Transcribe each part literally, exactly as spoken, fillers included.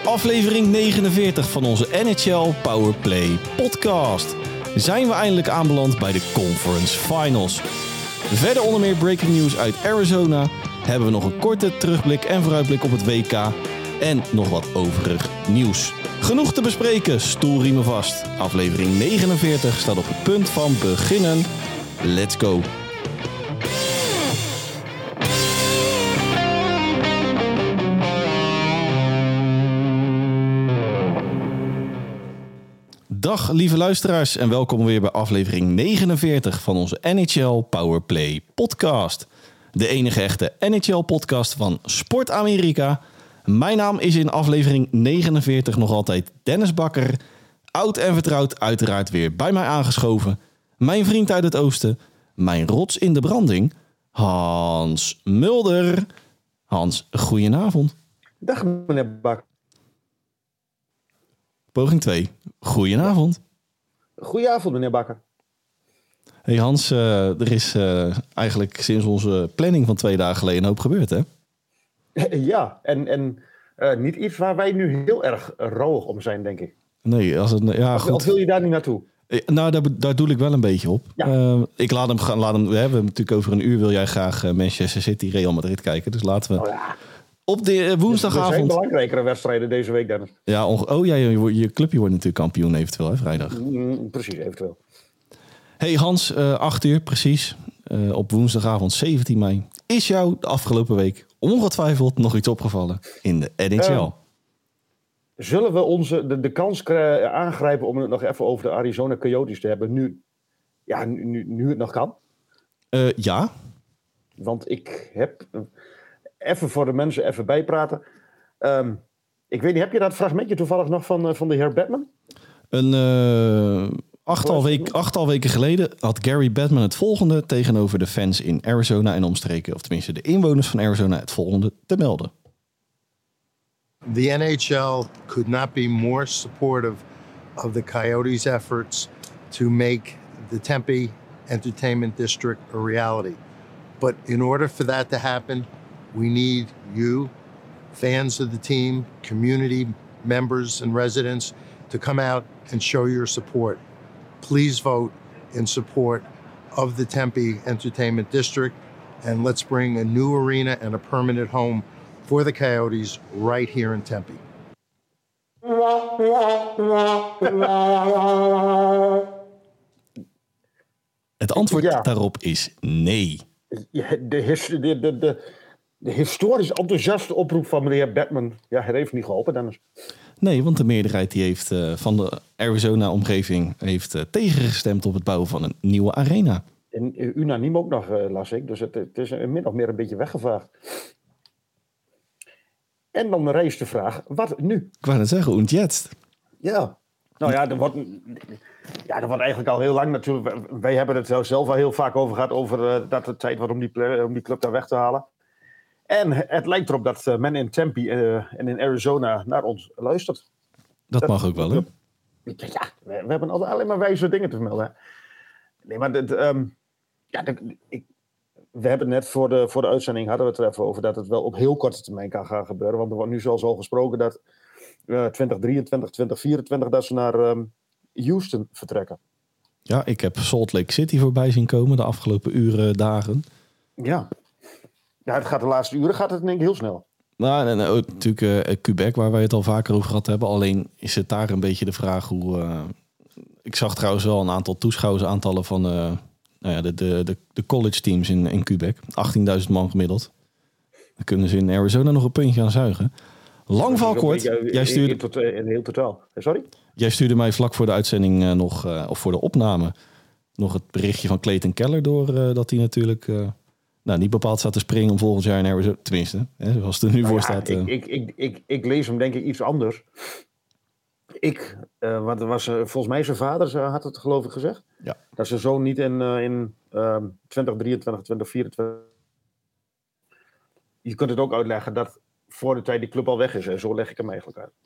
aflevering negenenveertig van onze N H L Powerplay podcast. Zijn we eindelijk aanbeland bij de Conference Finals. Verder onder meer breaking news uit Arizona, hebben we nog een korte terugblik en vooruitblik op het W K en nog wat overig nieuws. Genoeg te bespreken, stoelriemen vast. Aflevering negenenveertig staat op het punt van beginnen. Let's go! Dag lieve luisteraars en welkom weer bij aflevering negenenveertig van onze N H L Powerplay podcast. De enige echte N H L podcast van Sport Amerika. Mijn naam is in aflevering negenenveertig nog altijd Dennis Bakker. Oud en vertrouwd uiteraard weer bij mij aangeschoven. Mijn vriend uit het oosten, mijn rots in de branding, Hans Mulder. Hans, goedenavond. Dag meneer Bakker. Poging twee. Goedenavond. Goedenavond, meneer Bakker. Hey Hans, uh, er is uh, eigenlijk sinds onze planning van twee dagen geleden een hoop gebeurd, hè? Ja, en, en uh, niet iets waar wij nu heel erg rouwig om zijn, denk ik. Nee, als het, ja, of, goed. Of wil je daar niet naartoe? Nou, daar, daar doe ik wel een beetje op. Ja. Uh, ik laat hem gaan. Laat hem, we hebben natuurlijk over een uur wil jij graag uh, Manchester City, Real Madrid kijken. Dus laten we... Oh ja. Op de uh, woensdagavond... Er zijn belangrijkere wedstrijden deze week, Dennis. Ja, onge- oh ja, je, je clubje wordt natuurlijk kampioen eventueel, hè, vrijdag. Mm, precies, eventueel. Hey Hans, uh, acht uur precies, uh, op woensdagavond zeventien mei. Is jou de afgelopen week ongetwijfeld nog iets opgevallen in de N H L? Uh, zullen we onze, de, de kans krijgen, aangrijpen om het nog even over de Arizona Coyotes te hebben, nu, ja, nu, nu, nu het nog kan? Uh, ja. Want ik heb... Even voor de mensen even bijpraten. Um, ik weet niet, heb je dat fragmentje toevallig nog van, uh, van de heer Batman? Een uh, achttal, week, achttal weken geleden had Gary Batman het volgende tegenover de fans in Arizona en omstreken, of tenminste de inwoners van Arizona, het volgende te melden. The N H L could not be more supportive of the Coyotes' efforts to make the Tempe Entertainment District a reality. But in order for that to happen, we need you, fans of the team, community members and residents, to come out and show your support. Please vote in support of the Tempe Entertainment District, and let's bring a new arena and a permanent home for the Coyotes right here in Tempe. Het antwoord ja. daarop is nee. De, de, de, de, de... De historisch enthousiaste oproep van meneer Batman, ja, hij heeft niet geholpen, Dennis. Nee, want de meerderheid die heeft, uh, van de Arizona-omgeving heeft uh, tegengestemd op het bouwen van een nieuwe arena. En uh, unaniem ook nog, uh, las ik. Dus het, het is uh, min of meer een beetje weggevaagd. En dan rijst de vraag, wat nu? Ik wou net zeggen, und jetzt? Ja, nou ja, er wordt, ja, er wordt eigenlijk al heel lang natuurlijk... Wij hebben het zelf al heel vaak over gehad, over uh, dat het tijd wordt om die, om die club daar weg te halen. En het lijkt erop dat men in Tempe uh, en in Arizona naar ons luistert. Dat, dat mag ook wel, hè? Ja, we, we hebben altijd alleen maar wijze dingen te vermelden. Hè? Nee, maar dit, um, ja, dit, ik, we hebben net voor de, voor de uitzending hadden we het er even over dat het wel op heel korte termijn kan gaan gebeuren. Want er wordt nu zelfs al gesproken dat uh, twintig drieëntwintig, twintig vierentwintig dat ze naar um, Houston vertrekken. Ja, ik heb Salt Lake City voorbij zien komen de afgelopen uren, dagen. Ja. Ja, het gaat de laatste uren gaat het denk ik heel snel. Nou, en, en, natuurlijk uh, Quebec, waar wij het al vaker over gehad hebben. Alleen is het daar een beetje de vraag hoe... Uh, ik zag trouwens wel een aantal toeschouwersaantallen van uh, nou ja, de, de, de, de college teams in, in Quebec. achttienduizend man gemiddeld. Dan kunnen ze in Arizona nog een puntje aan zuigen. Lang verhaal kort. Jij stuurde... In, tot, in heel totaal. Sorry? Jij stuurde mij vlak voor de uitzending uh, nog, uh, of voor de opname, nog het berichtje van Clayton Keller door. Uh, dat hij natuurlijk... Uh, Nou, niet bepaald staat te springen om volgend jaar in Arizona. Tenminste, hè, zoals het er nu nou voor ja, staat. Ik, ik, ik, ik, ik lees hem denk ik iets anders. Ik, uh, want er was uh, volgens mij zijn vader uh, had het geloof ik gezegd. Ja. Dat zijn zoon niet in, uh, in uh, twintig drieëntwintig, twintig vierentwintig... Je kunt het ook uitleggen dat voor de tijd die club al weg is. En zo leg ik hem eigenlijk uit.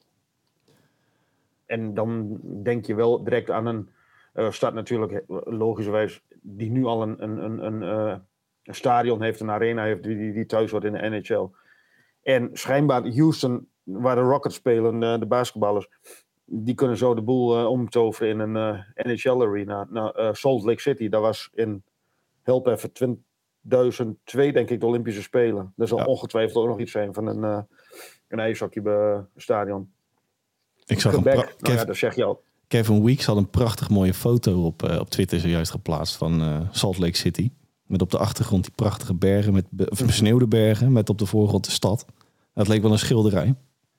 En dan denk je wel direct aan een uh, stad natuurlijk logischerwijs die nu al een... een, een, een uh, een stadion heeft, een arena heeft die, die thuis wordt in de N H L. En schijnbaar Houston waar de Rockets spelen, uh, de basketballers, die kunnen zo de boel uh, omtoveren in een uh, N H L arena. Nou, uh, Salt Lake City, dat was in, help even, tweeduizend twee denk ik de Olympische Spelen. Dat zal ja. ongetwijfeld ook nog iets zijn van een, uh, een ijshockeystadion. Ik zag Quebec, een pra- nou Kev- ja, dat zeg je al. Kevin Weeks had een prachtig mooie foto op, uh, op Twitter zojuist geplaatst van uh, Salt Lake City. Met op de achtergrond die prachtige bergen, met be- of besneeuwde bergen, met op de voorgrond de stad. Dat leek wel een schilderij.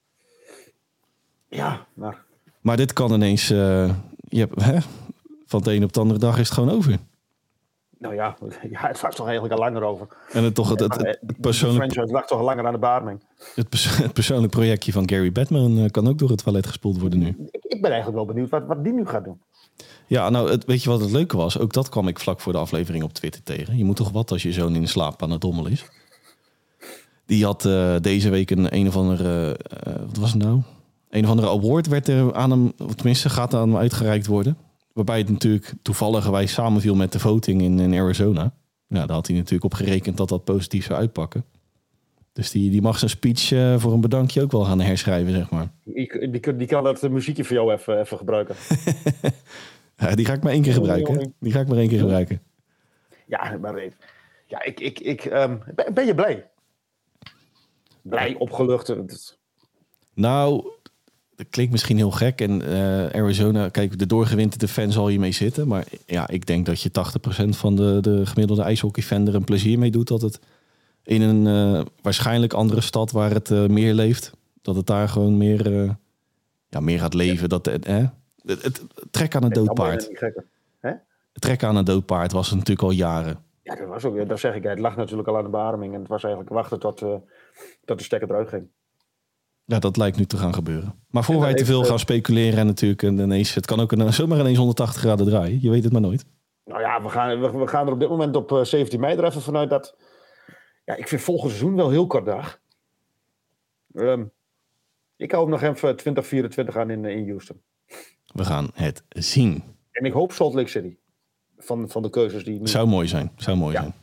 Ja, maar... Maar dit kan ineens... Uh, je hebt, hè? Van de een op de andere dag is het gewoon over. Nou ja, ja het was toch eigenlijk al langer over. En het, toch het, het, het, het persoonlijk... De franchise lag toch al langer aan de baarming. Het, perso- het persoonlijk projectje van Gary Bettman uh, kan ook door het toilet gespoeld worden nu. Ik, ik ben eigenlijk wel benieuwd wat, wat die nu gaat doen. Ja, nou, het, weet je wat het leuke was? Ook dat kwam ik vlak voor de aflevering op Twitter tegen. Je moet toch wat als je zoon in de slaap aan het dommel is. Die had uh, deze week een een of andere... Uh, wat was het nou? Een of andere award werd er aan hem... Of tenminste, gaat aan hem uitgereikt worden. Waarbij het natuurlijk toevalligerwijs samenviel met de voting in, in Arizona. Ja, daar had hij natuurlijk op gerekend dat dat positief zou uitpakken. Dus die, die mag zijn speech uh, voor een bedankje ook wel gaan herschrijven, zeg maar. Die, die, die kan dat muziekje voor jou even, even gebruiken. Ja, die ga ik maar één keer gebruiken. Die ga ik maar één keer gebruiken. Ja, maar ja, ik, ik, ik, um, ben, ben je blij? Blij, opgelucht? Nou, dat klinkt misschien heel gek. En uh, Arizona, kijk, de doorgewinterde fan zal je mee zitten. Maar ja, ik denk dat je tachtig procent van de, de gemiddelde ijshockeyfan er een plezier mee doet. Dat het in een uh, waarschijnlijk andere stad waar het uh, meer leeft. Dat het daar gewoon meer, uh, ja, meer gaat leven. Ja. Dat, uh, het, het, het trek aan een doodpaard. Het trek aan een doodpaard was het natuurlijk al jaren. Ja, dat was ook, dat zeg ik. Het lag natuurlijk al aan de bademing. En het was eigenlijk wachten tot, uh, tot de stekker eruit ging. Ja, dat lijkt nu te gaan gebeuren. Maar voor wij te veel uh, gaan speculeren en natuurlijk ineens, het kan ook een, zomaar ineens honderdtachtig graden draaien. Je weet het maar nooit. Nou ja, we gaan, we, we gaan er op dit moment op uh, zeventien mei er even vanuit dat... Ja, ik vind volgend seizoen wel heel kort dag. Um, ik hou hem nog even twintig vierentwintig aan in, in Houston. We gaan het zien. En ik hoop Salt Lake City. Van, van de keuzes die... Nu... Zou mooi zijn. Zou mooi ja. zijn.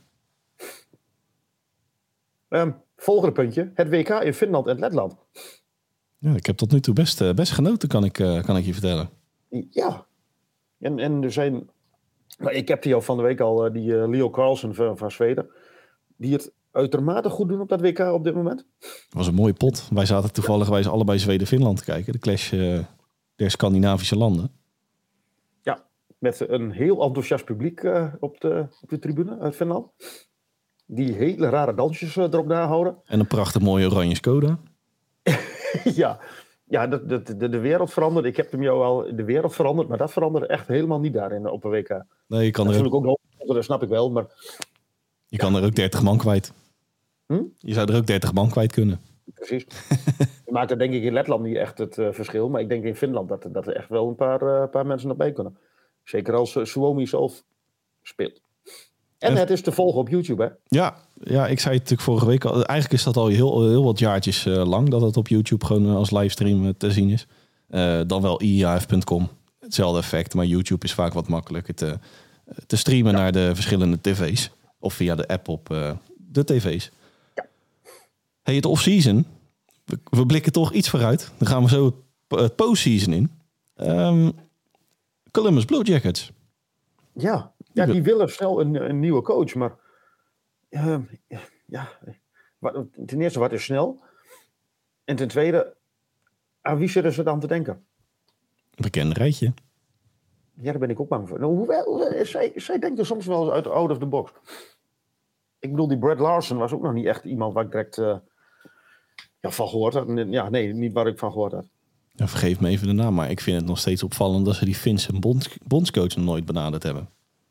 Um, volgende puntje. Het W K in Finland en Letland. Ja, ik heb tot nu toe best, uh, best genoten, kan ik, uh, kan ik je vertellen. Ja. En, en er zijn... Nou, ik heb die al van de week al, uh, die uh, Leo Carlsen van, van Zweden. Die het uitermate goed doen op dat W K op dit moment. Het was een mooie pot. Wij zaten toevallig wij allebei Zweden-Finland te kijken. De clash uh, der Scandinavische landen. Ja, met een heel enthousiast publiek uh, op, de, op de tribune uit Finland. Die hele rare dansjes uh, erop nahouden. En een prachtig mooie oranje Skoda. ja, ja de, de, de, de wereld verandert. Ik heb hem jou al de wereld veranderd. Maar dat veranderde echt helemaal niet daarin op een W K. Nee, je kan dat er ook... ook nog, dat snap ik wel, maar... Je kan ja. er ook dertig man kwijt. Hm? Je zou er ook dertig man kwijt kunnen. Precies. Je maakt er denk ik in Letland niet echt het uh, verschil. Maar ik denk in Finland dat, dat er echt wel een paar, uh, paar mensen nog bij kunnen. Zeker als uh, Suomi zelf speelt. En, en het is te volgen op YouTube, hè? Ja, ja, ik zei het natuurlijk vorige week al. Eigenlijk is dat al heel, heel wat jaartjes uh, lang. Dat het op YouTube gewoon uh, als livestream uh, te zien is. Uh, dan wel i a f punt com. Hetzelfde effect. Maar YouTube is vaak wat makkelijker te, te streamen ja. naar de verschillende tv's. Of via de app op uh, de tv's. Ja. Hey, het off-season. We, we blikken toch iets vooruit. Dan gaan we zo het, het postseason in. Um, Columbus Blue Jackets. Ja, ja die willen snel een, een nieuwe coach. Maar uh, ja, wat, ten eerste, wat is snel? En ten tweede, aan wie zitten ze dan te denken? Een bekende rijtje. Ja, daar ben ik ook bang voor. Nou, hoewel, hoewel, zij, zij denken soms wel eens uit out of the box. Ik bedoel, die Brad Larson was ook nog niet echt iemand waar ik direct uh, ja, van gehoord had. Ja, nee, niet waar ik van gehoord had. Ja, vergeef me even de naam, maar ik vind het nog steeds opvallend dat ze die Finse bonds, bondscoach nog nooit benaderd hebben.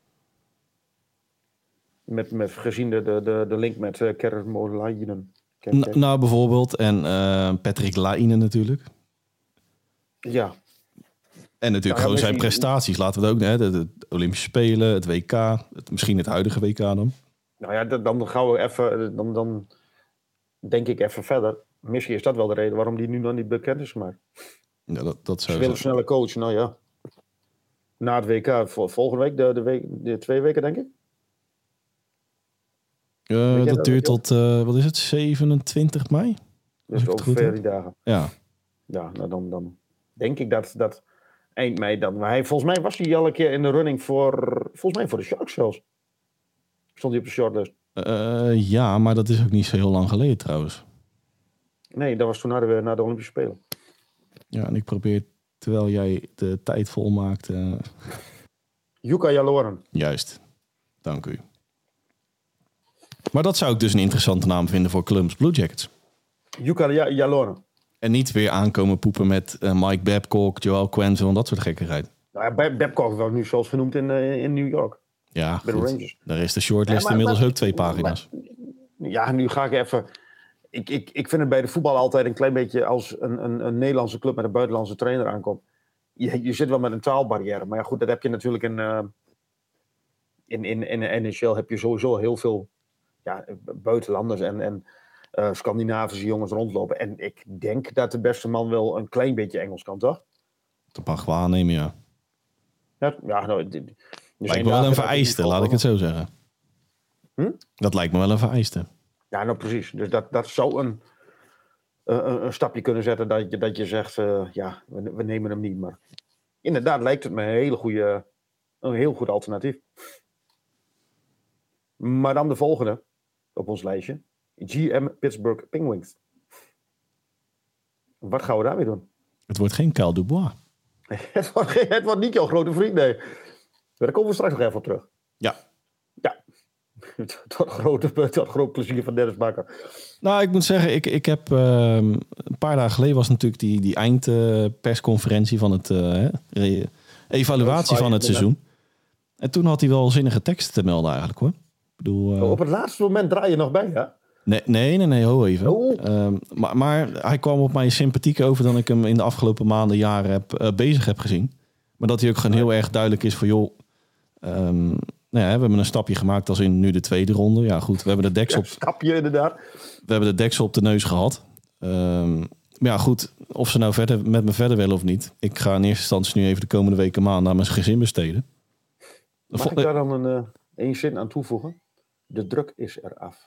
Met, met gezien de, de, de link met uh, Kermolainen. N- nou, bijvoorbeeld. En uh, Patrick Laine natuurlijk. Ja. En natuurlijk ja, gewoon zijn die... prestaties. Laten we het ook, hè, de, de Olympische Spelen, het W K, het, misschien het huidige W K dan. Nou ja, dan gaan we even, dan, dan denk ik even verder. Misschien is dat wel de reden waarom die nu nog niet bekend is gemaakt. Ja, dat, dat zou Ze willen snelle coach, nou ja. Na het W K, volgende week, de, de, week, de twee weken denk ik. Uh, dat, dat duurt tot, uh, wat is het, zevenentwintig mei? Dus over die dagen. Ja. Ja, nou dan, dan denk ik dat, dat eind mei dan. Maar hij, volgens mij was hij al een keer in de running voor, volgens mij voor de Sharks zelfs. Stond hij op de shortlist. Uh, ja, maar dat is ook niet zo heel lang geleden trouwens. Nee, dat was toen naar de, naar de Olympische Spelen. Ja, en ik probeer, terwijl jij de tijd volmaakt... Uh... Jukka Jalonen. Juist, dank u. Maar dat zou ik dus een interessante naam vinden voor Columbus Blue Jackets. Jukka Jalonen. En niet weer aankomen poepen met uh, Mike Babcock, Joel Quenneville en dat soort gekkigheid. Nou ja, Babcock wordt nu zoals genoemd in, uh, in New York. Ja, bij de Rangers. Daar is de shortlist ja, maar, inmiddels maar, ook twee pagina's. Maar, ja, nu ga ik even... Ik, ik, ik vind het bij de voetbal altijd een klein beetje als een, een, een Nederlandse club met een buitenlandse trainer aankomt. Je, je zit wel met een taalbarrière. Maar ja, goed, dat heb je natuurlijk in, uh, in, in, in de N H L heb je sowieso heel veel ja, buitenlanders en, en uh, Scandinavische jongens rondlopen. En ik denk dat de beste man wel een klein beetje Engels kan, toch? Dat mag wel aannemen, ja. Ja, ja nou... Dus lijkt me wel een vereiste, laat ik het zo zeggen. Hm? Dat lijkt me wel een vereiste. Ja, nou precies. Dus dat, dat zou een, een, een stapje kunnen zetten dat je, dat je zegt, uh, ja, we, we nemen hem niet. Maar inderdaad lijkt het me een, hele goede, een heel goed alternatief. Maar dan de volgende op ons lijstje. G M Pittsburgh Penguins. Wat gaan we daarmee doen? Het wordt geen Kyle Dubois. het, wordt geen, het wordt niet jouw grote vriend, nee. Daar komen we straks nog even op terug. Ja. Ja. Het wordt groot, het wordt groot plezier van Dennis Bakker. Nou, ik moet zeggen, ik, ik heb uh, een paar dagen geleden was natuurlijk die, die eindpersconferentie uh, van het uh, re- evaluatie van het seizoen. En toen had hij wel zinnige teksten te melden eigenlijk, hoor. Ik bedoel, uh... oh, op het laatste moment draai je nog bij, hè? Nee, nee, nee, nee, ho even. Oh. Uh, maar, maar hij kwam op mij sympathieker over dan ik hem in de afgelopen maanden, jaren heb, uh, bezig heb gezien. Maar dat hij ook gewoon heel erg duidelijk is voor, joh... Um, nou ja, we hebben een stapje gemaakt als in nu de tweede ronde. Ja, goed, we hebben de deksel... Ja, stapje inderdaad. We hebben de deksel op de neus gehad. Um, maar ja, goed, of ze nou verder, met me verder willen of niet. Ik ga in eerste instantie nu even de komende weken maanden aan mijn gezin besteden. Mag ik daar dan een, uh, één zin aan toevoegen? De druk is eraf.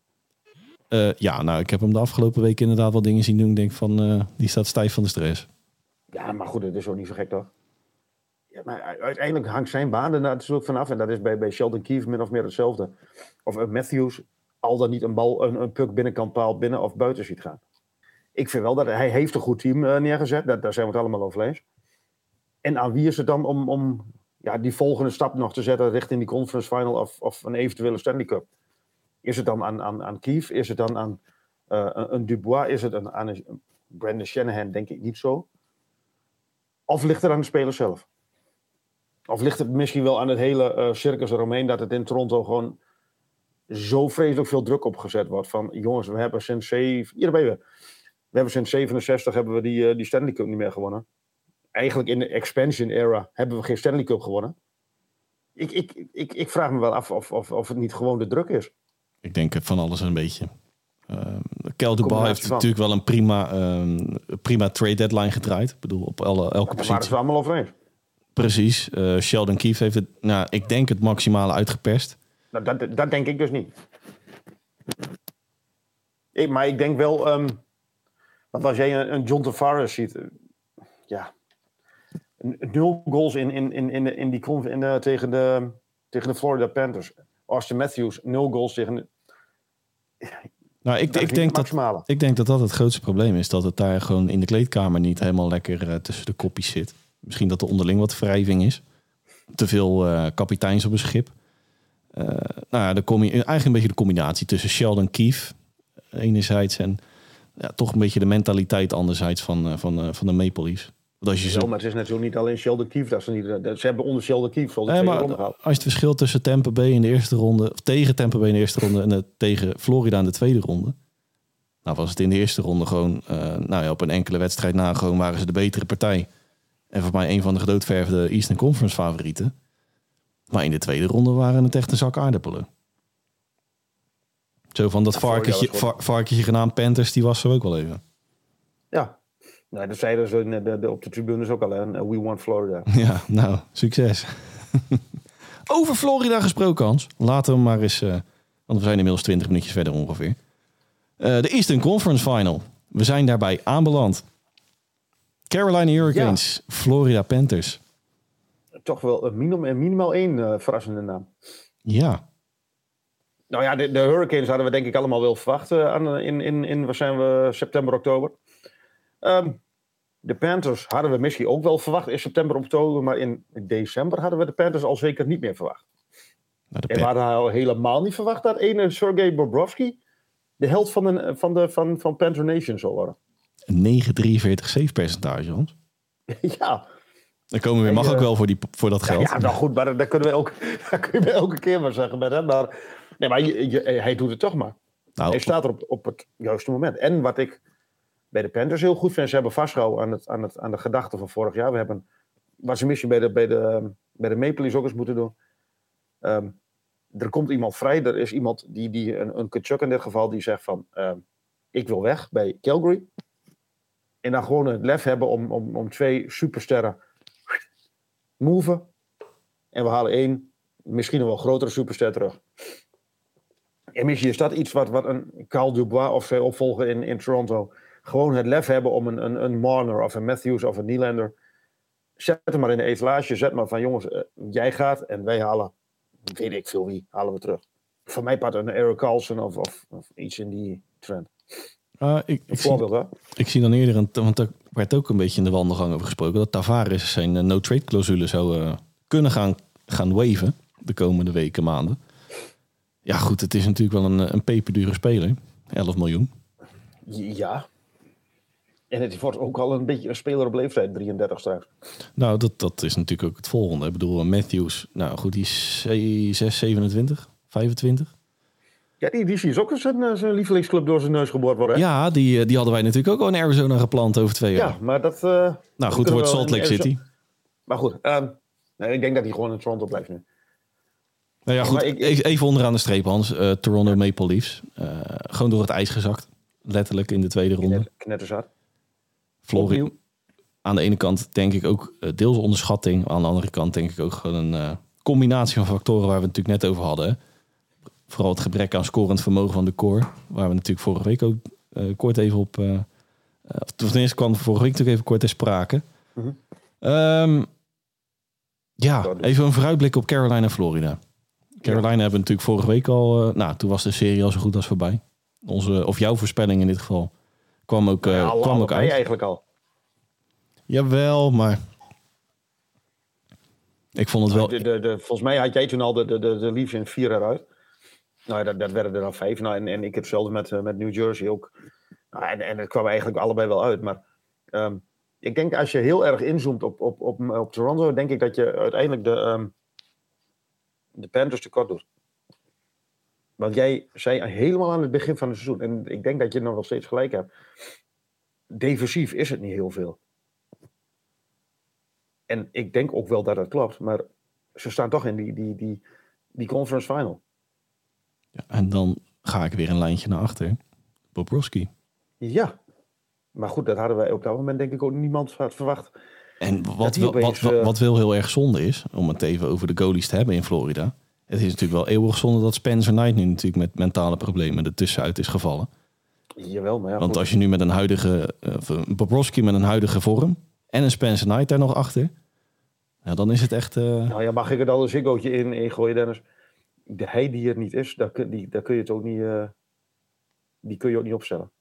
Uh, ja, nou, ik heb hem de afgelopen weken inderdaad wel dingen zien doen. Ik denk van, uh, die staat stijf van de stress. Ja, maar goed, dat is ook niet zo gek, toch? Ja, maar uiteindelijk hangt zijn baan er natuurlijk vanaf. En dat is bij, bij Sheldon Keefe min of meer hetzelfde. Of uh, Matthews al dan niet een bal, een, een puck binnenkant paal binnen of buiten ziet gaan. Ik vind wel dat hij heeft een goed team uh, neergezet. Dat, daar zijn we het allemaal over eens. En aan wie is het dan om, om ja, die volgende stap nog te zetten richting die conference final of, of een eventuele Stanley Cup? Is het dan aan, aan, aan Keefe? Is het dan aan uh, een, een Dubois? Is het een, aan een Brandon Shanahan? Denk ik niet zo. Of ligt het aan de speler zelf? Of ligt het misschien wel aan het hele uh, circus eromheen dat het in Toronto gewoon zo vreselijk veel druk opgezet wordt. Van jongens, we hebben sinds zeven, hier ben je. We hebben sinds zevenenzestig hebben we die, uh, die Stanley Cup niet meer gewonnen. Eigenlijk in de expansion era hebben we geen Stanley Cup gewonnen. Ik, ik, ik, ik vraag me wel af of, of, of het niet gewoon de druk is. Ik denk van alles een beetje. Uh, Kyle Dubois heeft van. natuurlijk wel een prima, uh, prima trade deadline gedraaid. Ik bedoel, op alle, elke ja, positie. Maar het allemaal over eens. Precies. Uh, Sheldon Keefe heeft het, nou, ik denk het maximale uitgeperst. Nou, dat, dat denk ik dus niet. Ik, maar ik denk wel, um, want als jij een, een John Tavares ziet, uh, ja, nul goals in, in, in, in, de, in die in de, tegen, de, tegen de Florida Panthers. Austin Matthews, nul goals tegen de, nou, ik, ik, denk dat, ik denk dat dat het grootste probleem is. Dat het daar gewoon in de kleedkamer niet helemaal lekker uh, tussen de kopjes zit. Misschien dat er onderling wat wrijving is. Te veel uh, kapiteins op een schip. Uh, nou ja, de combi- eigenlijk een beetje de combinatie tussen Sheldon Keefe enerzijds en ja, toch een beetje de mentaliteit anderzijds van, uh, van, uh, van de Maple Leafs. Want als je ja, zo... maar het is natuurlijk niet alleen Sheldon Keefe. Dat ze, niet, dat ze hebben onder Sheldon Keefe al de nee, tweede maar ronde gehad. Als je het verschil tussen Tampa Bay in de eerste ronde, of tegen Tampa Bay in de eerste ronde en uh, tegen Florida in de tweede ronde. Nou was het in de eerste ronde gewoon, uh, nou ja, op een enkele wedstrijd na gewoon waren ze de betere partij. En voor mij een van de gedoodverfde Eastern Conference favorieten. Maar in de tweede ronde waren het echt een zak aardappelen. Zo van dat ja, varkentje, va- varkentje genaamd Panthers, die was zo ook wel even. Ja, nou, dat zeiden ze de, de, de, op de tribunes ook al. Hè? We want Florida. Ja, nou, succes. Over Florida gesproken, Hans. Laten we maar eens, uh, want we zijn inmiddels twintig minuutjes verder ongeveer. Uh, de Eastern Conference Final. We zijn daarbij aanbeland. Carolina Hurricanes, ja. Florida Panthers. Toch wel een minimaal, minimaal één uh, verrassende naam. Ja. Nou ja, de, de Hurricanes hadden we denk ik allemaal wel verwacht uh, aan, in, in, in, waar zijn we, september, oktober. Um, de Panthers hadden we misschien ook wel verwacht in september, oktober, maar in december hadden we de Panthers al zeker niet meer verwacht. Nou, en we hadden al helemaal niet verwacht dat ene Sergei Bobrovsky de held van, de, van, de, van, van Panther Nation zou worden. Een negen komma drieënveertig save percentage, Hans. Ja. Dan komen we weer, mag uh, ook wel voor, die, voor dat geld. Ja, nou goed, maar dat kunnen we ook, dat kun je elke keer maar zeggen met hem. Maar, nee, maar je, je, hij doet het toch maar. Nou, hij staat er op, op het juiste moment. En wat ik bij de Panthers heel goed vind, ze hebben vastgehouden aan, het, aan, het, aan de gedachte van vorig jaar. We hebben, wat ze misschien bij de, bij de, bij de Maple Leafs ook eens moeten doen. Um, er komt iemand vrij, er is iemand, die, die een, een Tkachuk in dit geval, die zegt van, um, ik wil weg bij Calgary. En dan gewoon het lef hebben om, om, om twee supersterren move. En we halen één, misschien een wel grotere superster terug. En misschien is dat iets wat, wat een Kyle Dubois of zijn opvolger in, in Toronto, gewoon het lef hebben om een, een, een Marner of een Matthews of een Nylander. Zet hem maar in de etalage, zet maar van jongens, uh, jij gaat en wij halen, weet ik veel wie, halen we terug. Voor mij part een Erik Karlsson of, of, of iets in die trend. Uh, ik, ik, voorbeeld, zie, hè? ik zie dan eerder, een, want er werd ook een beetje in de wandelgang over gesproken, dat Tavares zijn uh, no-trade clausule zou uh, kunnen gaan, gaan waven de komende weken, maanden. Ja goed, het is natuurlijk wel een, een peperdure speler. elf miljoen. Ja. En het wordt ook al een beetje een speler op leeftijd, drieëndertig straks. Nou, dat, dat is natuurlijk ook het volgende. Ik bedoel, Matthews, nou goed, die is zes, zevenentwintig, vijfentwintig. Ja, die, die is ook zijn, zijn lievelingsclub door zijn neus geboord worden. Hè? Ja, die, die hadden wij natuurlijk ook al in Arizona geplant over twee jaar. Ja, maar dat... Uh, nou goed, wordt Salt Lake City. Maar goed, um, nee, ik denk dat hij gewoon in Toronto blijft nu. Nou ja, goed, ik, ik, even onderaan de streep, Hans. Uh, Toronto ja. Maple Leafs. Uh, gewoon door het ijs gezakt. Letterlijk in de tweede ronde. Knet, knetterzat. Florida. Aan de ene kant denk ik ook uh, deels onderschatting. Aan de andere kant denk ik ook gewoon een uh, combinatie van factoren waar we het natuurlijk net over hadden. Hè. Vooral het gebrek aan scorend vermogen van de core. Waar we natuurlijk vorige week ook uh, kort even op... Uh, uh, ten eerste kwam vorige week natuurlijk even kort ter sprake. Mm-hmm. Um, ja, even een vooruitblik op Carolina en Florida. Carolina ja. hebben we natuurlijk vorige week al... Uh, nou, toen was de serie al zo goed als voorbij. Onze, of jouw voorspelling in dit geval kwam ook, uh, ja, kwam ook uit. Eigenlijk al. Jawel, maar... Ik vond het wel... De, de, de, volgens mij had jij toen al de, de, de, de Leafs in vier eruit. Nou, dat, dat werden er dan vijf. Nou, en, en ik hetzelfde met, uh, met New Jersey ook. Nou, en, en het kwam eigenlijk allebei wel uit. Maar um, ik denk als je heel erg inzoomt op, op, op, op Toronto, denk ik dat je uiteindelijk de, um, de Panthers tekort doet. Want jij zei helemaal aan het begin van het seizoen, en ik denk dat je nog wel steeds gelijk hebt, defensief is het niet heel veel. En ik denk ook wel dat dat klopt, maar ze staan toch in die, die, die, die conference final. Ja, en dan ga ik weer een lijntje naar achter. Bobrovsky. Ja, maar goed, dat hadden wij op dat moment denk ik ook niemand had verwacht. En wat, wel, opeens, wat, wat, wat wel heel erg zonde is, om het even over de goalies te hebben in Florida. Het is natuurlijk wel eeuwig zonde dat Spencer Knight nu natuurlijk met mentale problemen ertussenuit is gevallen. Jawel, maar ja, Want goed. als je nu met een huidige, uh, een Bobrovsky met een huidige vorm en een Spencer Knight daar nog achter, ja, dan is het echt... Uh... Nou ja, mag ik er al een ziggootje in, in gooien, Dennis? De hij die er niet is, daar kun, die, daar kun je het ook niet, uh, die kun je ook niet opstellen.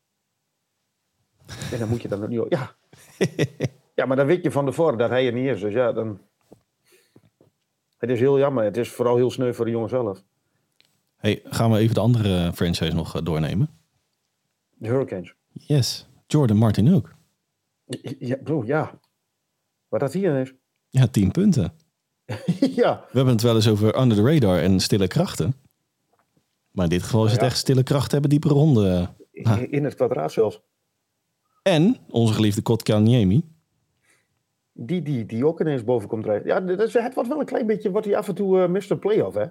En dan moet je dan ook niet... Ja. Ja, maar dan weet je van tevoren dat hij er niet is. Dus ja, dan... Het is heel jammer. Het is vooral heel sneu voor de jongen zelf. Hey, gaan we even de andere franchise nog doornemen? De Hurricanes. Yes. Jordan Martin ook. Ja, bro, ja. Wat dat hier is. Ja, tien punten. Ja. We hebben het wel eens over under the radar en stille krachten. Maar in dit geval is het ja. echt stille krachten hebben diepere ronde. In, in het kwadraat zelfs. En onze geliefde Kotkaniemi. Die, die, die ook ineens boven komt rijden. Ja, dat is, het wordt wel een klein beetje, wordt hij af en toe uh, mister Playoff, hè?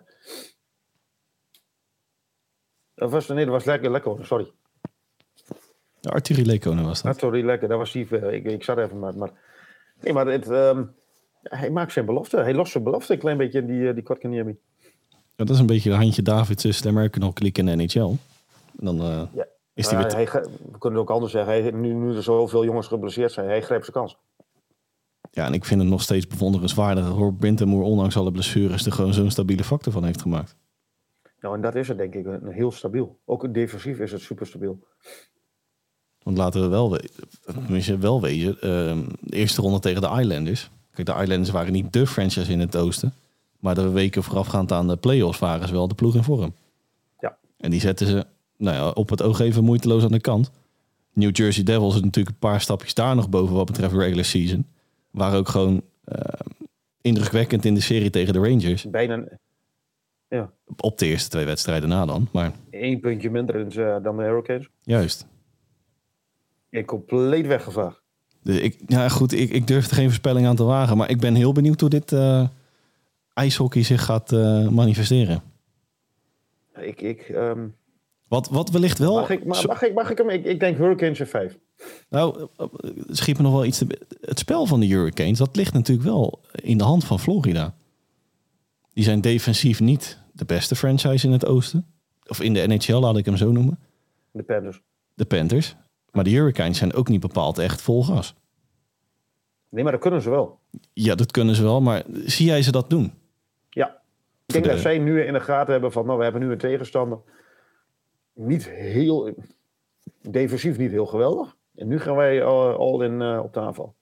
Dat was, nee, dat was lekker, lekker, sorry. Ja, Arturi Lekonen was dat. Arturi lekker, dat was die, uh, ik, ik zat even maar, maar... Nee, maar het, um, hij maakt zijn belofte. Hij lost zijn belofte een klein beetje in die, uh, die Kotkaniemi. Ja, dat is een beetje de handje Davids, de American Hockey League in de N H L. En dan uh, ja. Is die Nou weer ja, hij, we kunnen het ook anders zeggen. Hij, nu, nu er zoveel jongens geblesseerd zijn, hij greep zijn kans. Ja, en ik vind het nog steeds bewonderenswaardig dat Rob Brintemoer, ondanks alle blessures, er gewoon zo'n stabiele factor van heeft gemaakt. Nou, en dat is het denk ik, een, heel stabiel. Ook defensief is het super stabiel. Want laten we wel, we- tenminste wel weten, uh, de eerste ronde tegen de Islanders. Kijk, de Islanders waren niet de franchise in het oosten. Maar de weken voorafgaand aan de play-offs waren ze wel de ploeg in vorm. Ja. En die zetten ze nou ja, op het oog even moeiteloos aan de kant. New Jersey Devils is natuurlijk een paar stapjes daar nog boven wat betreft regular season. Waren ook gewoon uh, indrukwekkend in de serie tegen de Rangers. Bijna ja, Op de eerste twee wedstrijden na dan. Maar één puntje minder dan, dan de Hurricanes. juist. Ik compleet weggevaagd. De, ik, ja, goed, ik, ik durf er geen voorspelling aan te wagen. Maar ik ben heel benieuwd hoe dit uh, ijshockey zich gaat uh, manifesteren. Ik, ik, um... Wat, wat wellicht wel... Mag ik, mag, mag ik, mag ik hem? Ik, ik denk Hurricanes in vijf. Nou, schiet me nog wel iets te... Het spel van de Hurricanes, dat ligt natuurlijk wel in de hand van Florida. Die zijn defensief niet de beste franchise in het oosten. Of in de N H L, laat ik hem zo noemen. De Panthers. De Panthers. Maar de Hurricanes zijn ook niet bepaald echt vol gas. Nee, maar dat kunnen ze wel. Ja, dat kunnen ze wel. Maar zie jij ze dat doen? Ja. Ik denk de... dat zij nu in de gaten hebben van... Nou, we hebben nu een tegenstander. Niet heel... Defensief niet heel geweldig. En nu gaan wij all, all in uh, op de aanval.